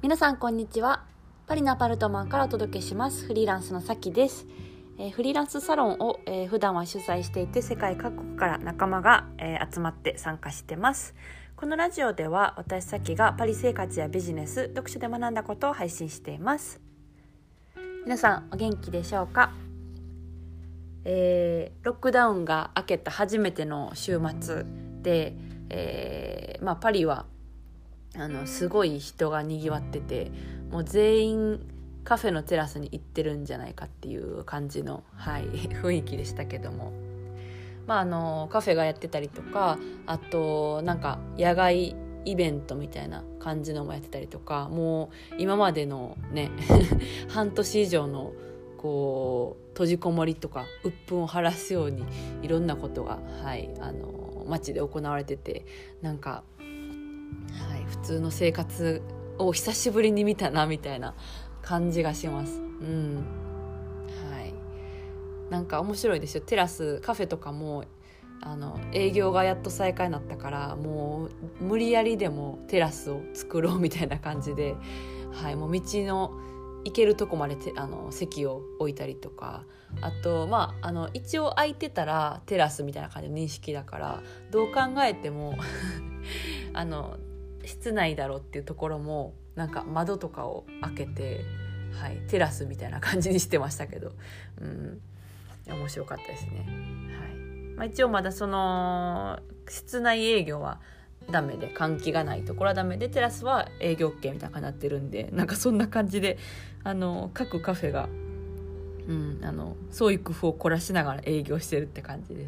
皆さんこんにちは。パリのアパルトマンからお届けしますフリーランスのさきです。フリーランスサロンを、普段は主催していて、世界各国から仲間が、集まって参加してます。このラジオでは私さきがパリ生活やビジネス、読書で学んだことを配信しています。皆さんお元気でしょうか？ロックダウンが明けた初めての週末で、パリはすごい人がにぎわってて、もう全員カフェのテラスに行ってるんじゃないかっていう感じの、雰囲気でしたけども、カフェがやってたりとか、あとなんか野外イベントみたいな感じのもやってたりとか、もう今までのね半年以上のこう閉じこもりとか鬱憤を晴らすようにいろんなことが、街で行われてて、なんか普通の生活を久しぶりに見たなみたいな感じがします。なんか面白いですよ。テラスカフェとかも営業がやっと再開になったから、もう無理やりでもテラスを作ろうみたいな感じで、もう道の行けるとこまで席を置いたりとか、あと一応空いてたらテラスみたいな感じの認識だから、どう考えても室内だろうっていうところもなんか窓とかを開けて、テラスみたいな感じにしてましたけど、面白かったですね。一応まだその室内営業はダメで、換気がないところはダメで、テラスは営業 OK みたいな感じになってるんで、なんかそんな感じで各カフェが、創意工夫を凝らしながら営業してるって感じです。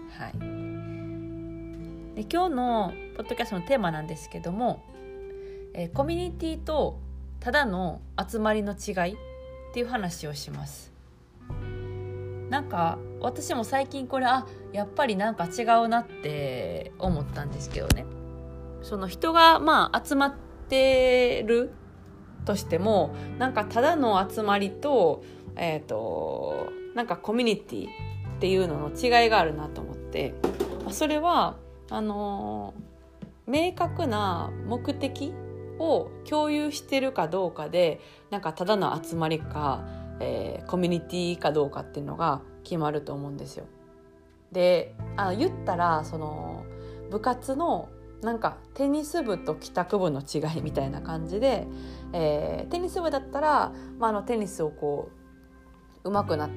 で、今日のポッドキャストのテーマなんですけども、コミュニティとただの集まりの違いっていう話をします。なんか私も最近これやっぱりなんか違うなって思ったんですけどね。その人が集まってるとしても、なんかただの集まりとなんかコミュニティっていうのの違いがあるなと思って、それは明確な目的を共有してるかどうかで、なんかただの集まりか、コミュニティかどうかっていうのが決まると思うんですよ。で、言ったらその部活のなんかテニス部と帰宅部の違いみたいな感じで、テニス部だったら、テニスをこう上手くなって、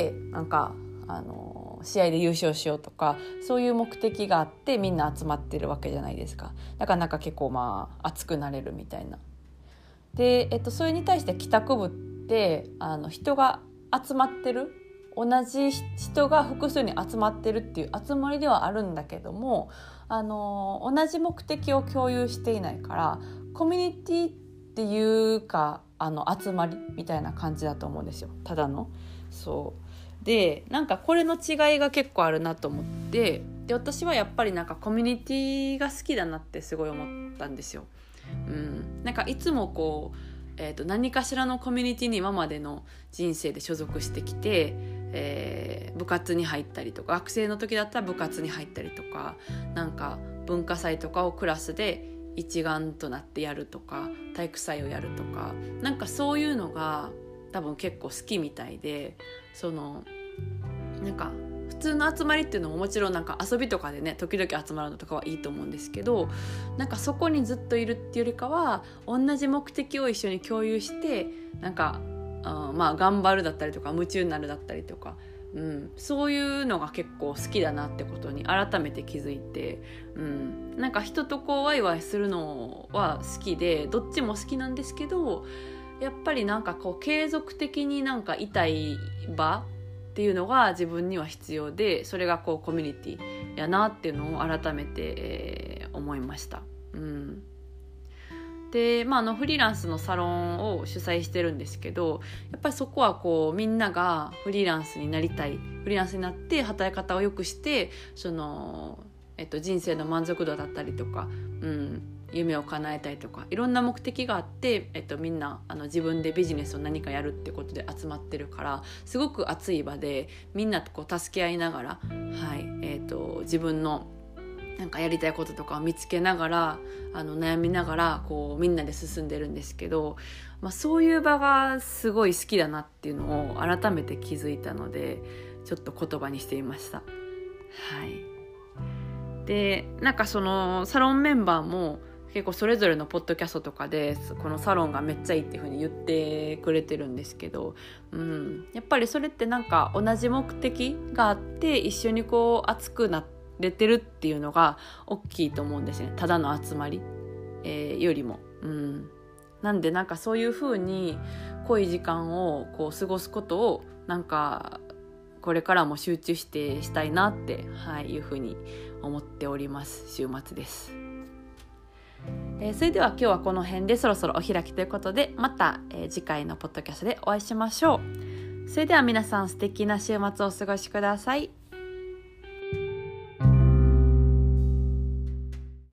なんか試合で優勝しようとか、そういう目的があってみんな集まってるわけじゃないですか。だからなんか結構熱くなれるみたいな。で、それに対して帰宅部って人が集まってる、同じ人が複数に集まってるっていう集まりではあるんだけども、同じ目的を共有していないから、コミュニティっていうか集まりみたいな感じだと思うんですよ。ただのそうで、なんかこれの違いが結構あるなと思って、で私はやっぱりなんかコミュニティが好きだなってすごい思ったんですよ。なんかいつもこう何かしらのコミュニティに今までの人生で所属してきて、部活に入ったりとか、学生の時だったら部活に入ったりとか、なんか文化祭とかをクラスで一丸となってやるとか、体育祭をやるとか、なんかそういうのが多分結構好きみたいで、そのなんか普通の集まりっていうのももちろんなんか遊びとかでね、時々集まるのとかはいいと思うんですけど、なんかそこにずっといるっていうよりかは、同じ目的を一緒に共有して、なんか頑張るだったりとか、夢中になるだったりとか、そういうのが結構好きだなってことに改めて気づいて、なんか人とこうワイワイするのは好きで、どっちも好きなんですけど、やっぱりなんかこう継続的になんかいたい場っていうのが自分には必要で、それがこうコミュニティやなっていうのを改めて、思いました。で、フリーランスのサロンを主催してるんですけど、やっぱりそこはこうみんながフリーランスになりたい、フリーランスになって働き方を良くして、その、人生の満足度だったりとか、夢を叶えたいとか、いろんな目的があって、みんな自分でビジネスを何かやるってことで集まってるから、すごく熱い場でみんなとこう助け合いながら、自分のなんかやりたいこととかを見つけながら悩みながらこうみんなで進んでるんですけど、そういう場がすごい好きだなっていうのを改めて気づいたので、ちょっと言葉にしてみました。はい。でなんかそのサロンメンバーも結構それぞれのポッドキャストとかでこのサロンがめっちゃいいっていう風に言ってくれてるんですけど、やっぱりそれってなんか同じ目的があって一緒にこう熱くなれてるっていうのが大きいと思うんですね。ただの集まり、よりも、なんでなんかそういう風に濃い時間をこう過ごすことをなんかこれからも集中してしたいなって、いう風に思っております。週末です。それでは今日はこの辺でそろそろお開きということで、また、次回のポッドキャストでお会いしましょう。それでは皆さん素敵な週末をお過ごしください。